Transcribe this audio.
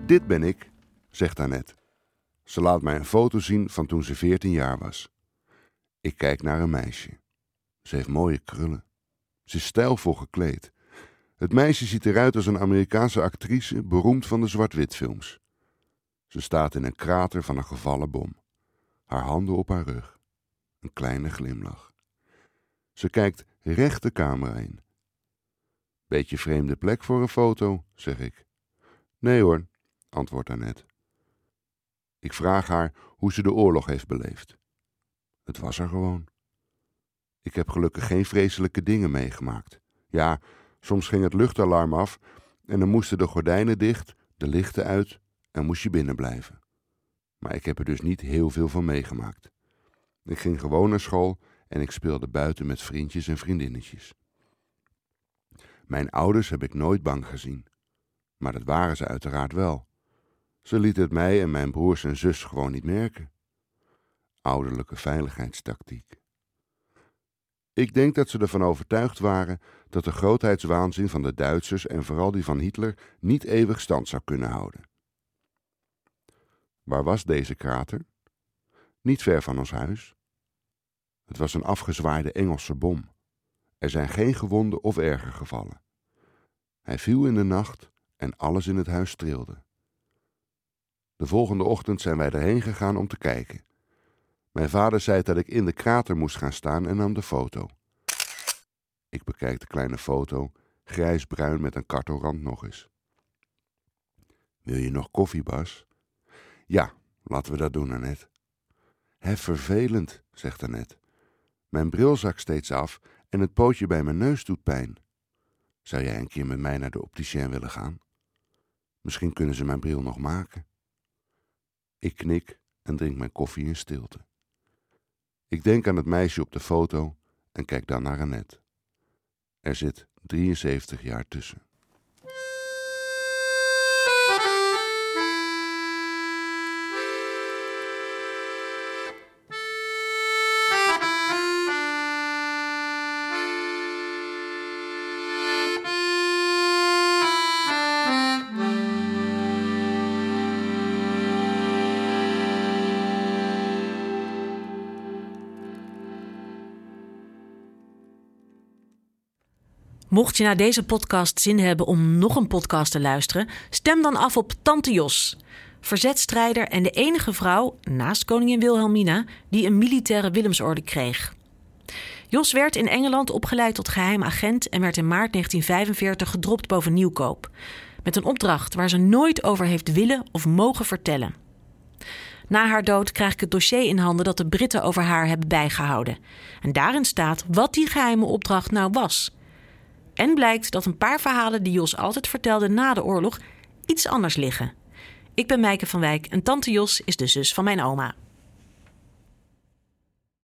Dit ben ik, zegt Annette. Ze laat mij een foto zien van toen ze 14 jaar was. Ik kijk naar een meisje. Ze heeft mooie krullen. Ze is stijlvol gekleed. Het meisje ziet eruit als een Amerikaanse actrice, beroemd van de zwart-witfilms. Ze staat in een krater van een gevallen bom. Haar handen op haar rug. Een kleine glimlach. Ze kijkt recht de camera in. Beetje vreemde plek voor een foto, zeg ik. Nee hoor, antwoordt Annette. Ik vraag haar hoe ze de oorlog heeft beleefd. Het was er gewoon. Ik heb gelukkig geen vreselijke dingen meegemaakt. Ja, soms ging het luchtalarm af en dan moesten de gordijnen dicht, de lichten uit en moest je binnen blijven. Maar ik heb er dus niet heel veel van meegemaakt. Ik ging gewoon naar school en ik speelde buiten met vriendjes en vriendinnetjes. Mijn ouders heb ik nooit bang gezien. Maar dat waren ze uiteraard wel. Ze lieten het mij en mijn broers en zus gewoon niet merken. Ouderlijke veiligheidstactiek. Ik denk dat ze ervan overtuigd waren dat de grootheidswaanzin van de Duitsers en vooral die van Hitler niet eeuwig stand zou kunnen houden. Waar was deze krater? Niet ver van ons huis. Het was een afgezwaaide Engelse bom. Er zijn geen gewonden of erger gevallen. Hij viel in de nacht en alles in het huis trilde. De volgende ochtend zijn wij erheen gegaan om te kijken. Mijn vader zei dat ik in de krater moest gaan staan en nam de foto. Ik bekijk de kleine foto, grijsbruin met een kartelrand nog eens. Wil je nog koffie, Bas? Ja, laten we dat doen, Annette. Hè, vervelend, zegt Annette. Mijn bril zakt steeds af en het pootje bij mijn neus doet pijn. Zou jij een keer met mij naar de opticien willen gaan? Misschien kunnen ze mijn bril nog maken. Ik knik en drink mijn koffie in stilte. Ik denk aan het meisje op de foto en kijk dan naar Annette. Er zit 73 jaar tussen. Mocht je na deze podcast zin hebben om nog een podcast te luisteren, stem dan af op Tante Jos, verzetstrijder en de enige vrouw, naast koningin Wilhelmina, die een militaire Willemsorde kreeg. Jos werd in Engeland opgeleid tot geheim agent en werd in maart 1945 gedropt boven Nieuwkoop, met een opdracht waar ze nooit over heeft willen of mogen vertellen. Na haar dood krijg ik het dossier in handen dat de Britten over haar hebben bijgehouden. En daarin staat wat die geheime opdracht nou was. En blijkt dat een paar verhalen die Jos altijd vertelde na de oorlog iets anders liggen. Ik ben Mijke van Wijk en Tante Jos is de zus van mijn oma.